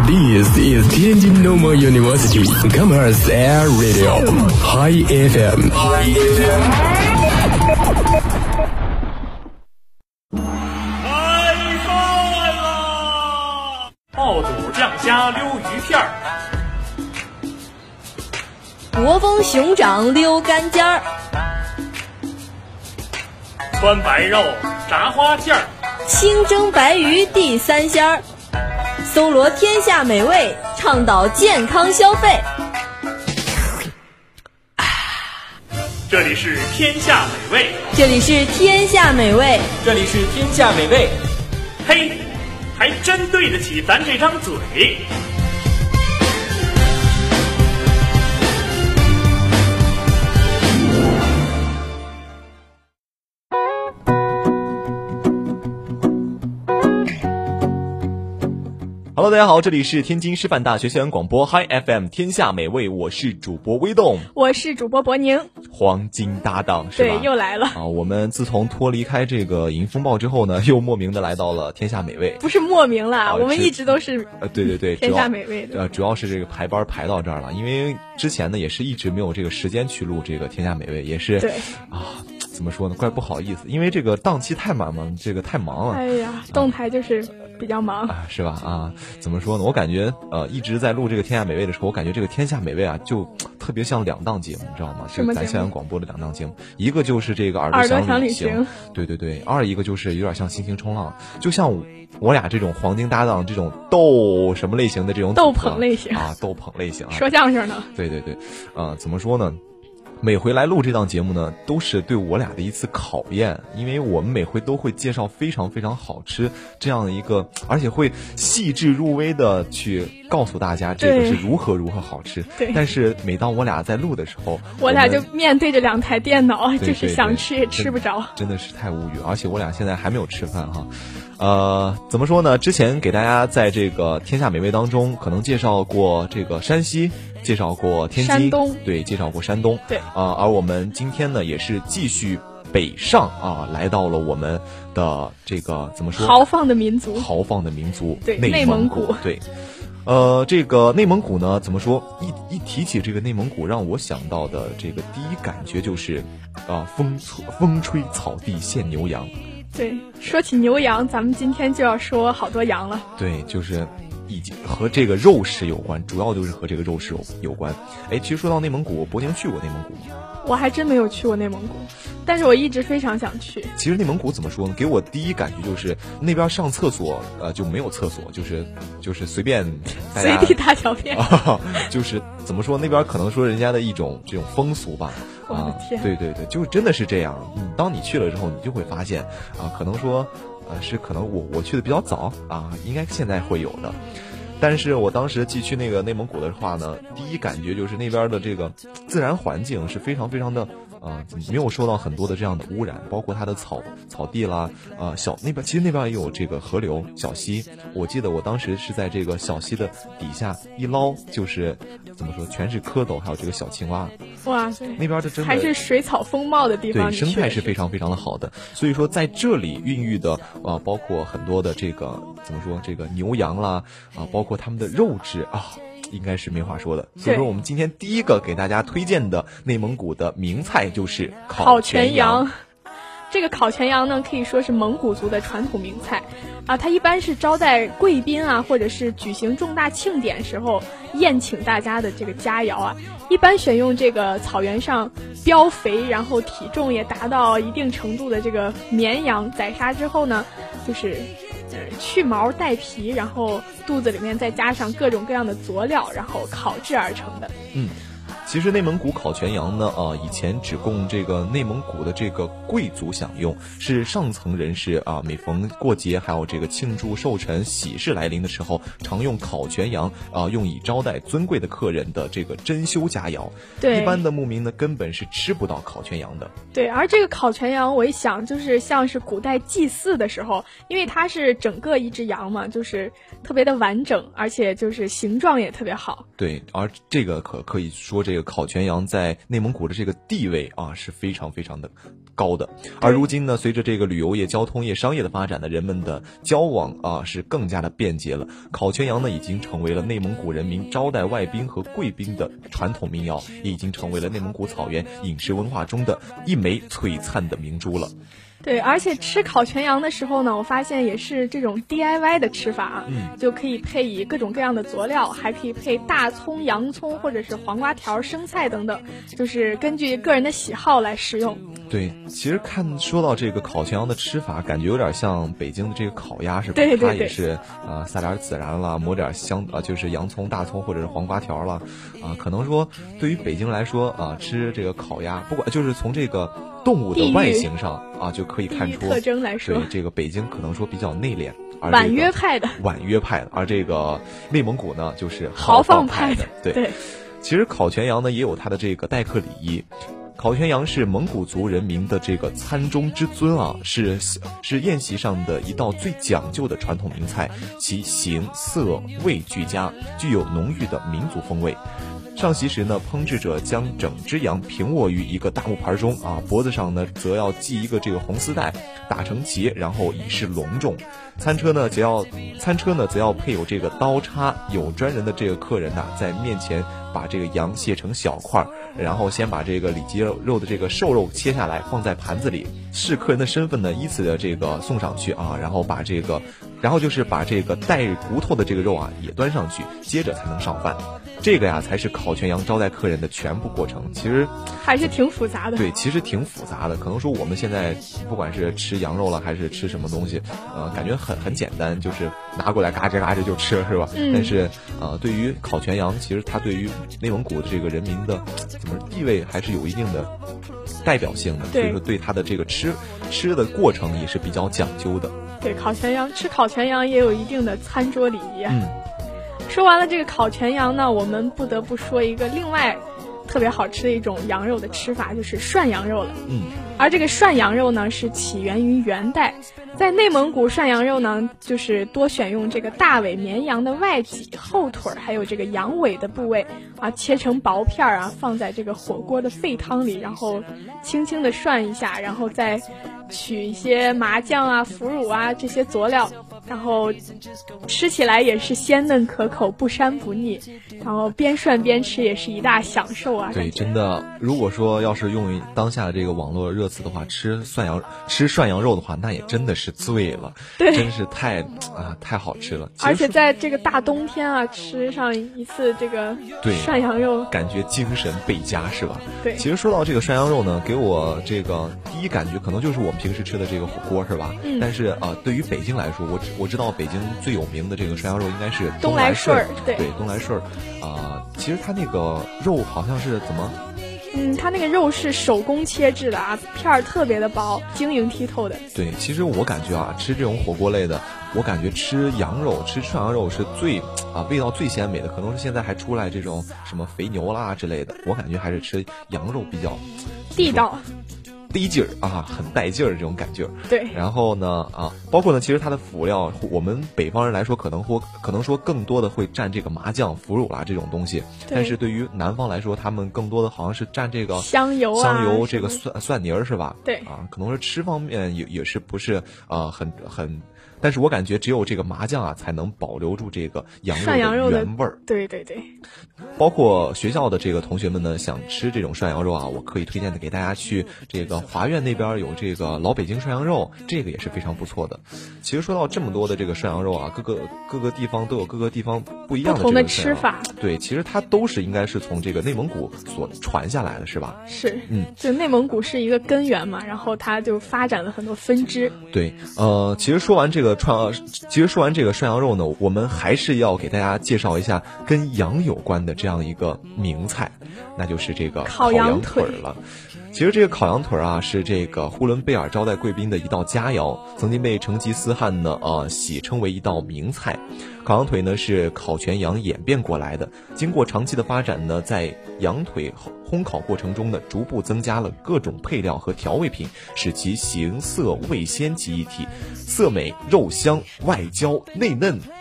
This is Tianjin Normal University Commerce Air Radio High FM。 开饭啦！爆肚酱虾溜鱼片儿， 国风熊掌溜干尖儿， 川白肉炸花馅儿， 清蒸白鱼地三鲜儿，搜罗天下美味，倡导健康消费。 这里是天下美味， 这里是天下美味， 这里是天下美味。 嘿，还真对得起咱这张嘴。 Hello， 大家好，这里是天津师范大学校园广播 Hi FM 天下美味，我是主播微动， 我是主播博宁， 黄金搭档是吧？ 对，又来了啊！我们自从脱离开这个影音风暴之后呢，又莫名的来到了天下美味， 不是莫名啦，我们一直都是对， 天下美味的。 主要是这个排班排到这儿了，因为之前呢也是一直没有这个时间去录这个天下美味，也是对啊。怎么说呢？怪不好意思，因为这个档期太满嘛，这个太忙了。 哎呀，动态就是比较忙啊，是吧？啊，怎么说呢？我感觉一直在录这个天下美味的时候，我感觉这个天下美味啊，就特别像两档节目，你知道吗？ 什么节目？ 咱校园广播的两档节目，一个就是这个耳朵想旅行，对，二一个就是有点像心情冲浪，就像我俩这种黄金搭档，这种逗什么类型的这种逗捧类型啊，逗捧类型啊， 说相声的。 对，怎么说呢？每回来录这档节目呢，都是对我俩的一次考验，因为我们每回都会介绍非常非常好吃这样一个，而且会细致入微的去告诉大家这个是如何好吃。 对。 但是每当我俩在录的时候， 我俩就面对着两台电脑，就是想吃也吃不着， 真的是太无语。而且我俩现在还没有吃饭哈。怎么说呢？之前给大家在这个天下美味当中，可能介绍过这个山西，介绍过天津， 山东， 对，介绍过山东， 对， 而我们今天呢，也是继续北上啊，来到了我们的这个怎么说？ 豪放的民族， 对， 内蒙古， 对。这个内蒙古呢，怎么说？一提起这个内蒙古，让我想到的这个第一感觉就是，风吹草低见牛羊。 对，说起牛羊，咱们今天就要说好多羊了。 对，就是已经和这个肉食有关，主要就是和这个肉食有关。哎，其实说到内蒙古，博宁去过内蒙古吗？ 我还真没有去过内蒙古，但是我一直非常想去。 其实内蒙古怎么说呢？给我第一感觉就是那边上厕所就没有厕所，就是随便随地大小便， 就是怎么说那边可能说人家的一种这种风俗吧。 我的天， 对，就真的是这样。当你去了之后，你就会发现可能说是可能我去的比较早啊，应该现在会有的。但是我当时去那个内蒙古的话呢，第一感觉就是那边的这个自然环境是非常非常的没有受到很多的这样的污染，包括它的草地啦，那边其实那边也有这个河流小溪，我记得我当时是在这个小溪的底下一捞，就是怎么说全是蝌蚪，还有这个小青蛙。 哇塞， 那边的真的还是水草丰茂的地方， 对，生态是非常非常的好的。所以说在这里孕育的包括很多的这个怎么说这个牛羊啦包括他们的肉质应该是没话说的。所以说我们今天第一个给大家推荐的内蒙古的名菜就是烤全羊。 这个烤全羊呢，可以说是蒙古族的传统名菜啊，它一般是招待贵宾啊，或者是举行重大庆典时候宴请大家的这个佳肴啊。一般选用这个草原上膘肥，然后体重也达到一定程度的这个绵羊，宰杀之后呢，就是去毛带皮，然后肚子里面再加上各种各样的佐料，然后烤制而成的。 其实内蒙古烤全羊呢，以前只供这个内蒙古的这个贵族享用，是上层人士每逢过节还有这个庆祝寿辰喜事来临的时候，常用烤全羊用以招待尊贵的客人的这个珍馐佳肴。 对， 一般的牧民呢根本是吃不到烤全羊的。 对，而这个烤全羊，我一想就是像是古代祭祀的时候，因为它是整个一只羊嘛，就是特别的完整，而且就是形状也特别好。 对，而这个可以说这个个烤全羊在内蒙古的这个地位啊是非常非常的高的。而如今呢，随着这个旅游业、交通业、商业的发展呢，人们的交往啊是更加的便捷了。烤全羊呢，已经成为了内蒙古人民招待外宾和贵宾的传统民谣，也已经成为了内蒙古草原饮食文化中的一枚璀璨的明珠了。 对，而且吃烤全羊的时候呢，我发现也是这种 DIY 的吃法啊，就可以配以各种各样的佐料，还可以配大葱、洋葱或者是黄瓜条、生菜等等，就是根据个人的喜好来食用。 对，其实说到这个烤全羊的吃法，感觉有点像北京的这个烤鸭，是吧？ 对， 它也是撒点孜然啦，抹点就是洋葱、大葱或者是黄瓜条啦，可能说对于北京来说吃这个烤鸭，不管就是从这个动物的外形上就可以看出特征来说， 对这个北京可能说比较内敛，而婉约派的， 而这个内蒙古呢就是豪放派的。对，其实烤全羊呢也有它的这个待客礼仪。烤全羊是蒙古族人民的这个餐中之尊啊，是宴席上的一道最讲究的传统名菜，其形色味俱佳，具有浓郁的民族风味。上席时呢，烹制者将整只羊平卧于一个大木盘中脖子上呢则要系一个这个红丝带，打成结，然后以示隆重。餐车呢则要配有这个刀叉，有专人的这个客人在面前把这个羊卸成小块，然后先把这个里脊肉的这个瘦肉切下来放在盘子里，视客人的身份呢依次的这个送上去然后就是把这个带骨头的这个肉也端上去，接着才能上饭。这个才是烤全羊招待客人的全部过程，其实还是挺复杂的。 对，其实挺复杂的。可能说我们现在不管是吃羊肉了，还是吃什么东西，感觉很简单，就是拿过来嘎吱嘎吱就吃了，是吧？但是对于烤全羊，其实它对于内蒙古的这个人民的地位还是有一定的代表性的，所以说对它的这个吃的过程也是比较讲究的。 对，吃烤全羊也有一定的餐桌礼仪。说完了这个烤全羊呢，我们不得不说一个另外特别好吃的一种羊肉的吃法，就是涮羊肉了。而这个涮羊肉呢是起源于元代，在内蒙古涮羊肉呢就是多选用这个大尾绵羊的外脊、后腿还有这个羊尾的部位切成薄片放在这个火锅的沸汤里，然后轻轻的涮一下，然后再取一些麻酱腐乳这些佐料，然后吃起来也是鲜嫩可口，不膻不腻，然后边涮边吃也是一大享受对，真的，如果说要是用于当下的这个网络热词的话，吃涮羊肉的话，那也真的是醉了， 对， 真是太好吃了。 而且在这个大冬天吃上一次这个涮羊肉， 感觉精神倍佳，是吧？ 对。 其实说到这个涮羊肉呢，给我这个第一感觉可能就是我们平时吃的这个火锅，是吧？但是对于北京来说，我知道北京最有名的这个涮羊肉应该是东来顺， 对，东来顺其实它那个肉好像是怎么？ 它那个肉是手工切制的片儿特别的薄，晶莹剔透的。 对，其实我感觉吃这种火锅类的，我感觉吃羊肉、吃涮羊肉是最味道最鲜美的。可能是现在还出来这种什么肥牛啦之类的，我感觉还是吃羊肉比较地道。 低劲儿很带劲儿这种感觉。 对， 然后呢包括呢，其实它的辅料，我们北方人来说可能说更多的会蘸这个麻酱、腐乳啦这种东西，但是对于南方来说，他们更多的好像是蘸这个香油这个蒜泥儿，是吧？ 对可能是吃方面也是不是很。但是我感觉只有这个麻酱才能保留住这个涮羊肉的原味儿。 对， 包括学校的这个同学们呢，想吃这种涮羊肉我可以推荐的给大家去这个华苑那边有这个老北京涮羊肉，这个也是非常不错的。其实说到这么多的这个涮羊肉各个地方都有各个地方不一样的这个不同的吃法。 对，其实它都是应该是从这个内蒙古所传下来的，是吧？ 是，就内蒙古是一个根源嘛，然后它就发展了很多分支。 对，其实说完这个涮羊肉呢，我们还是要给大家介绍一下跟羊有关的这样一个名菜，那就是这个烤羊腿了。其实这个烤羊腿是这个呼伦贝尔招待贵宾的一道佳肴，曾经被成吉思汗呢喜称为一道名菜。烤羊腿呢是烤全羊演变过来的，经过长期的发展呢，在羊腿烘烤过程中呢，逐步增加了各种配料和调味品，使其形色味鲜其一体，色美肉香，外焦内嫩，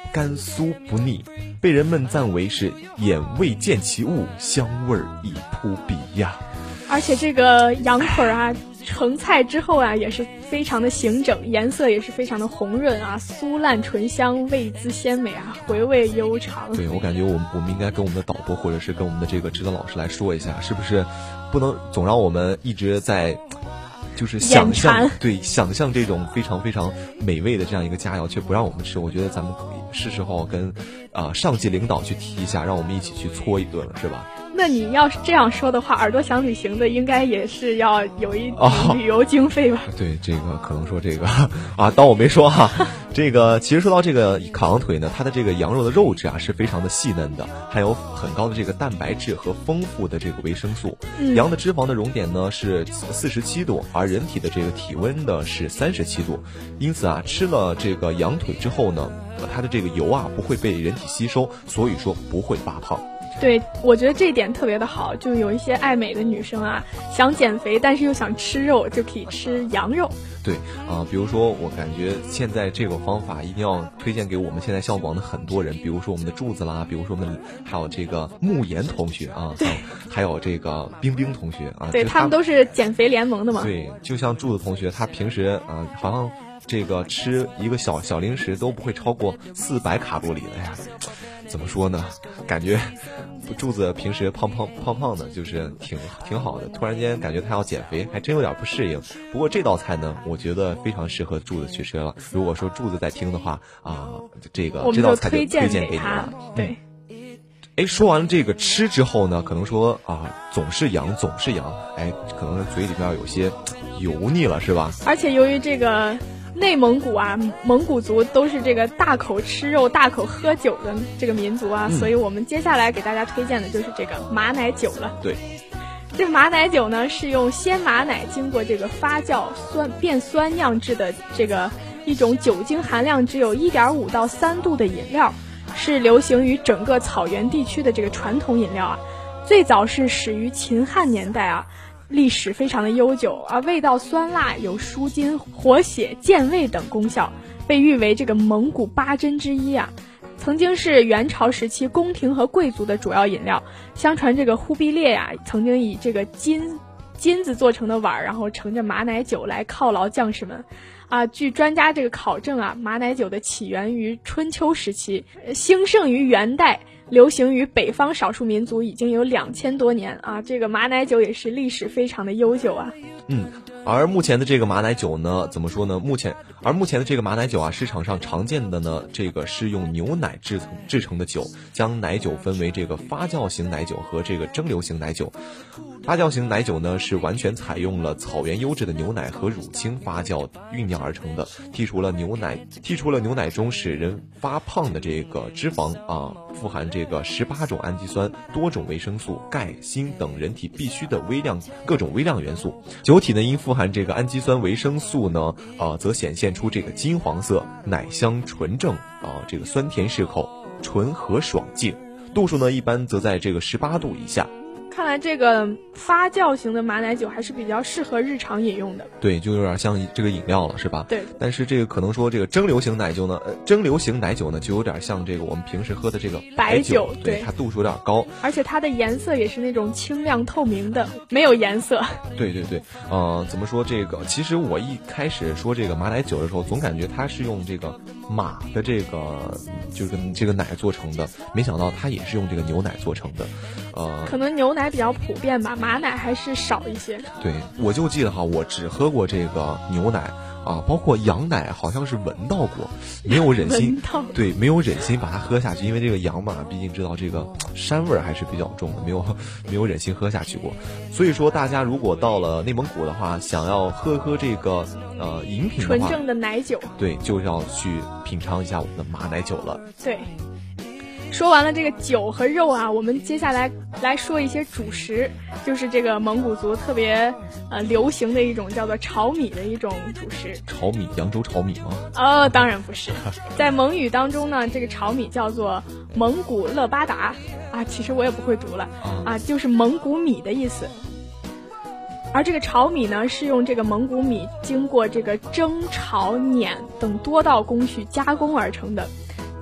甘酥不腻，被人们赞为是眼未见其物，香味已扑鼻呀。 而且这个羊腿啊，成菜之后啊，也是非常的形整，颜色也是非常的红润啊，酥烂醇香，味滋鲜美啊，回味悠长。 对，我感觉我们应该跟我们的导播或者是跟我们的这个指导老师来说一下，是不是不能总让我们一直在就是想象这种非常非常美味的这样一个佳肴，却不让我们吃。我觉得咱们是时候跟上级领导去提一下，让我们一起去搓一顿了，是吧？ 那你要是这样说的话，耳朵想旅行的应该也是要有一笔旅游经费吧？ 对，这个可能说这个当我没说哈。这个其实说到这个烤羊腿呢，它的这个羊肉的肉质啊是非常的细嫩的，含有很高的这个蛋白质和丰富的这个维生素。羊的脂肪的熔点呢是47度，而人体的这个体温呢是37度，因此啊，吃了这个羊腿之后呢，它的这个油啊不会被人体吸收，所以说不会发胖。 对，我觉得这一点特别的好，就有一些爱美的女生啊，想减肥但是又想吃肉，就可以吃羊肉。 对比如说我感觉现在这个方法一定要推荐给我们现在校广的很多人，比如说我们的柱子啦，比如说我们还有这个慕言同学啊，还有这个冰冰同学啊， 对，他们都是减肥联盟的嘛。 对，就像柱子同学，他平时好像这个吃一个小零食都不会超过400卡路里的呀。怎么说呢？感觉柱子平时胖的，就是挺好的。突然间感觉他要减肥，还真有点不适应。不过这道菜呢，我觉得非常适合柱子去吃了。如果说柱子在听的话这道菜就推荐给你了。 对。 说完了这个吃之后呢，可能说总是羊，可能嘴里边有些油腻了，是吧？ 而且由于这个内蒙古啊，蒙古族都是这个大口吃肉、大口喝酒的这个民族啊，所以我们接下来给大家推荐的就是这个马奶酒了。 对， 这马奶酒呢是用鲜马奶经过这个发酵变酸酿制的这个一种酒精含量只有1.5到3度的饮料，是流行于整个草原地区的这个传统饮料啊。最早是始于秦汉年代啊。历史非常的悠久啊，味道酸辣，有舒筋、活血、健胃等功效，被誉为这个蒙古8珍之一啊。曾经是元朝时期宫廷和贵族的主要饮料。相传这个忽必烈呀，曾经以这个金子做成的碗，然后盛着马奶酒来犒劳将士们。据专家这个考证啊，马奶酒的起源于春秋时期，兴盛于元代。流行于北方少数民族已经有2000多年啊，这个马奶酒也是历史非常的悠久啊。 而目前的这个马奶酒呢，怎么说呢？目前的这个马奶酒啊，市场上常见的呢，这个是用牛奶制成的酒，将奶酒分为这个发酵型奶酒和这个蒸馏型奶酒。发酵型奶酒呢，是完全采用了草原优质的牛奶和乳清发酵酝酿而成的，剔除了牛奶中使人发胖的这个脂肪富含这个18种氨基酸、多种维生素、钙、锌等人体必需的各种微量元素。酒体呢，因富含这个氨基酸、维生素呢，则显现出这个金黄色，奶香纯正这个酸甜适口，醇和爽净。度数呢，一般则在这个18度以下。 看来这个发酵型的马奶酒还是比较适合日常饮用的。 对，就有点像这个饮料了，是吧？ 对。 但是这个可能说这个蒸馏型奶酒呢，就有点像这个我们平时喝的这个白酒，对，它度数有点高， 而且它的颜色也是那种清亮透明的，没有颜色。 对，怎么说这个？其实我一开始说这个马奶酒的时候，总感觉它是用这个马的这个就是这个奶做成的，没想到它也是用这个牛奶做成的。 可能牛奶比较普遍吧，马奶还是少一些。 对，我就记得我只喝过这个牛奶包括羊奶好像是闻到过，没有忍心把它喝下去，因为这个羊嘛，毕竟知道这个膻味还是比较重的，没有忍心喝下去过。所以说大家如果到了内蒙古的话，想要喝这个饮品的话， 纯正的奶酒， 对，就要去品尝一下我们的马奶酒了。 对。说完了这个酒和肉啊，我们接下来说一些主食，就是这个蒙古族特别流行的一种叫做炒米的一种主食。 炒米，扬州炒米吗？ 当然不是。在蒙语当中呢，这个炒米叫做蒙古勒巴达其实我也不会读了就是蒙古米的意思。而这个炒米呢，是用这个蒙古米经过这个蒸、炒、碾等多道工序加工而成的。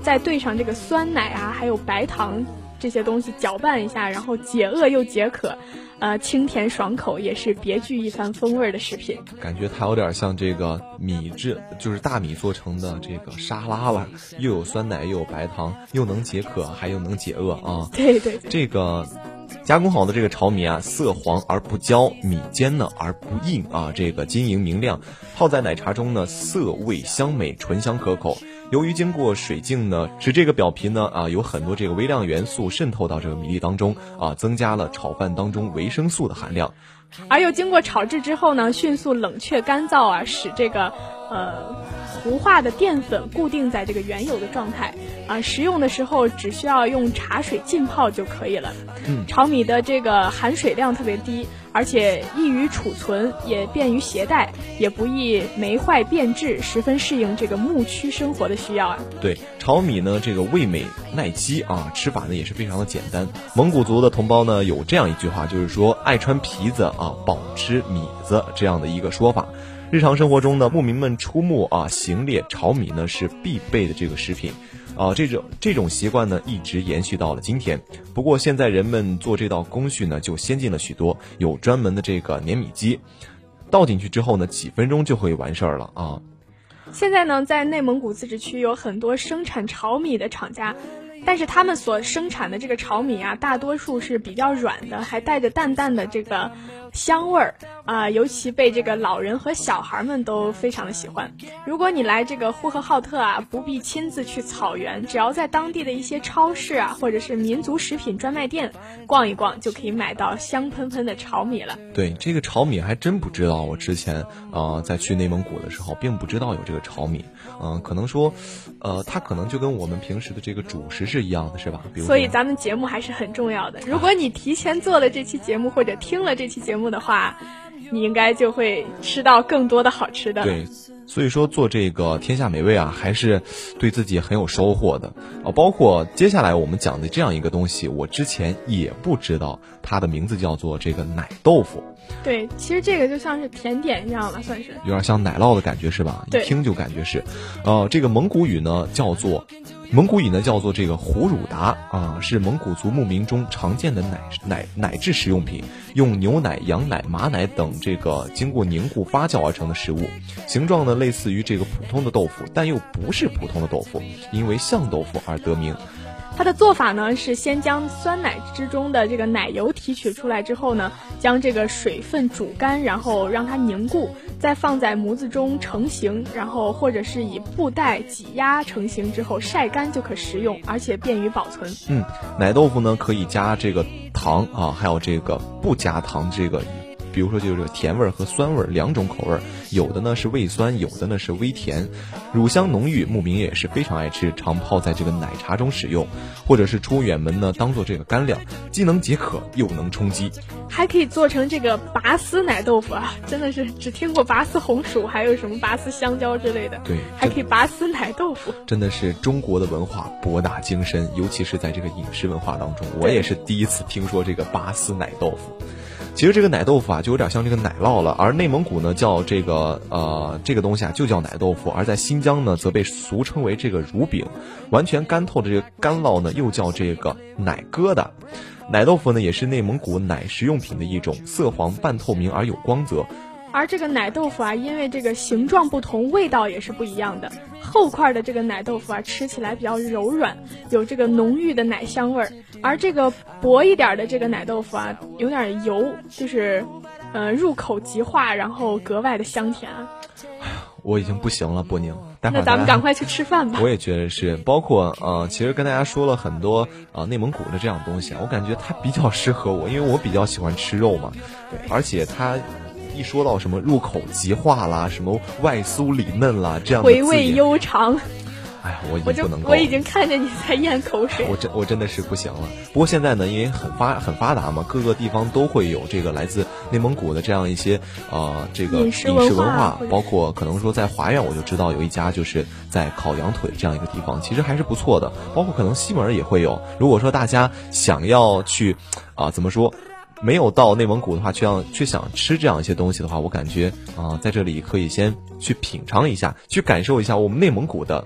再兑上这个酸奶啊，还有白糖这些东西搅拌一下，然后解饿又解渴，清甜爽口，也是别具一番风味的食品。 感觉它有点像这个米制，就是大米做成的这个沙拉了，又有酸奶又有白糖，又能解渴还又能解饿啊。 对对， 这个加工好的这个炒米啊，色黄而不焦，米尖呢而不硬啊，这个晶莹明亮，泡在奶茶中呢，色味香美，醇香可口。由于经过水浸呢，使这个表皮呢有很多这个微量元素渗透到这个米粒当中啊，增加了炒饭当中维生素的含量。 而又经过炒制之后呢，迅速冷却干燥啊，使这个糊化的淀粉固定在这个原有的状态啊，食用的时候只需要用茶水浸泡就可以了。炒米的这个含水量特别低，而且易于储存，也便于携带，也不易霉坏变质，十分适应这个牧区生活的需要啊。 对，炒米呢这个味美耐饥啊，吃法呢也是非常的简单。蒙古族的同胞呢有这样一句话，就是说爱穿皮子啊，饱吃米子这样的一个说法。日常生活中呢，牧民们出牧啊，行猎炒米呢是必备的这个食品，这种习惯呢一直延续到了今天。不过现在人们做这道工序呢就先进了许多，有专门的这个碾米机，倒进去之后呢几分钟就会完事儿了啊。 现在呢，在内蒙古自治区有很多生产炒米的厂家，但是他们所生产的这个炒米啊，大多数是比较软的，还带着淡淡的这个香味儿啊，尤其被这个老人和小孩们都非常的喜欢。如果你来这个呼和浩特啊，不必亲自去草原，只要在当地的一些超市啊，或者是民族食品专卖店逛一逛，就可以买到香喷喷的炒米了。 对，这个炒米还真不知道，我之前在去内蒙古的时候并不知道有这个炒米。可能说它可能就跟我们平时的这个主食是一样的，是吧？比如所以咱们节目还是很重要的。如果你提前做了这期节目或者听了这期节目的话，你应该就会吃到更多的好吃的。 对，所以说做这个天下美味啊，还是对自己很有收获的包括接下来我们讲的这样一个东西，我之前也不知道，它的名字叫做这个奶豆腐。 对，其实这个就像是甜点一样了，算是有点像奶酪的感觉，是吧？ 对， 一听就感觉是。这个蒙古语呢叫做这个胡汝达啊，是蒙古族牧民中常见的奶制食用品，用牛奶、羊奶、马奶等这个经过凝固发酵而成的食物，形状呢类似于这个普通的豆腐，但又不是普通的豆腐，因为像豆腐而得名。 它的做法呢是先将酸奶之中的这个奶油提取出来之后呢，将这个水分煮干，然后让它凝固，再放在模子中成型，然后或者是以布袋挤压成型之后晒干就可食用，而且便于保存。 奶豆腐呢可以加这个糖啊，还有这个不加糖这个。比如说就是甜味和酸味两种口味，有的呢是微酸，有的呢是微甜，乳香浓郁，牧民也是非常爱吃，常泡在这个奶茶中使用，或者是出远门呢当做这个干粮，既能解渴又能充饥。 还可以做成这个拔丝奶豆腐啊，真的是只听过拔丝红薯，还有什么拔丝香蕉之类的， 对， 还可以拔丝奶豆腐。 真的是中国的文化博大精深，尤其是在这个饮食文化当中，我也是第一次听说这个拔丝奶豆腐。其实这个奶豆腐啊，就有点像这个奶酪了，而内蒙古呢叫这个东西啊就叫奶豆腐，而在新疆呢则被俗称为这个乳饼，完全干透的这个干酪呢又叫这个奶疙瘩。奶豆腐呢也是内蒙古奶食用品的一种，色黄半透明而有光泽。 而这个奶豆腐啊，因为这个形状不同，味道也是不一样的。厚块的这个奶豆腐啊，吃起来比较柔软，有这个浓郁的奶香味儿；而这个薄一点的这个奶豆腐啊，有点油，就是入口即化，然后格外的香甜啊。 我已经不行了，波宁， 那咱们赶快去吃饭吧。 我也觉得是，包括其实跟大家说了很多内蒙古的这样东西啊，我感觉它比较适合我，因为我比较喜欢吃肉嘛，对，而且它一说到什么入口即化啦，什么外酥里嫩啦，这样的回味悠长。 哎呀，我已经不能够， 我已经看见你在咽口水。 我真的是不行了。不过现在呢，因为很发达嘛，各个地方都会有这个来自内蒙古的这样一些这个饮食文化，包括可能说在华苑我就知道有一家就是在烤羊腿这样一个地方，其实还是不错的。包括可能西门也会有。如果说大家想要去怎么说？没有到内蒙古的话，却想吃这样一些东西的话，我感觉在这里可以先去品尝一下，去感受一下我们内蒙古的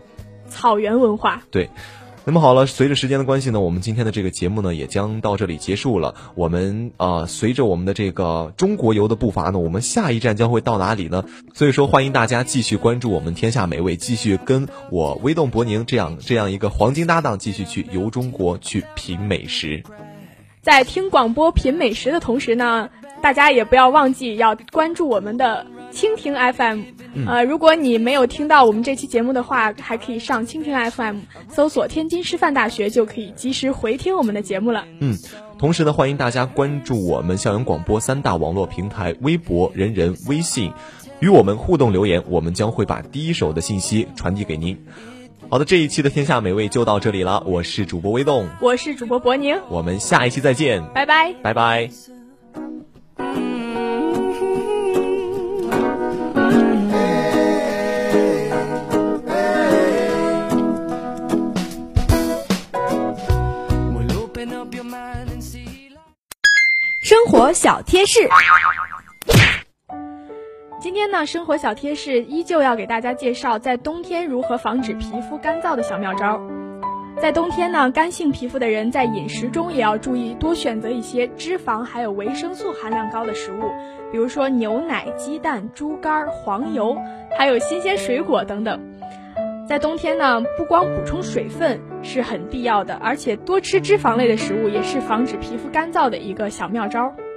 草原文化。 对。那么好了，随着时间的关系呢，我们今天的这个节目呢也将到这里结束了。我们随着我们的这个中国游的步伐呢，我们下一站将会到哪里呢？所以说欢迎大家继续关注我们天下美味，继续跟我微动博宁这样一个黄金搭档继续去游中国，去品美食。 在听广播品美食的同时呢，大家也不要忘记要关注我们的蜻蜓 FM。如果你没有听到我们这期节目的话，还可以上蜻蜓 FM 搜索天津师范大学，就可以及时回听我们的节目了。 同时呢，欢迎大家关注我们校园广播3大网络平台，微博、人人、微信，与我们互动留言，我们将会把第一手的信息传递给您。好的，这一期的天下美味就到这里了，我是主播微动， 我是主播博宁， 我们下一期再见， 拜拜， 拜拜。 生活小贴士。 今天呢，生活小贴士依旧要给大家介绍在冬天如何防止皮肤干燥的小妙招。在冬天呢，干性皮肤的人在饮食中也要注意多选择一些脂肪还有维生素含量高的食物，比如说牛奶、鸡蛋、猪肝、黄油，还有新鲜水果等等。在冬天呢，不光补充水分是很必要的，而且多吃脂肪类的食物也是防止皮肤干燥的一个小妙招。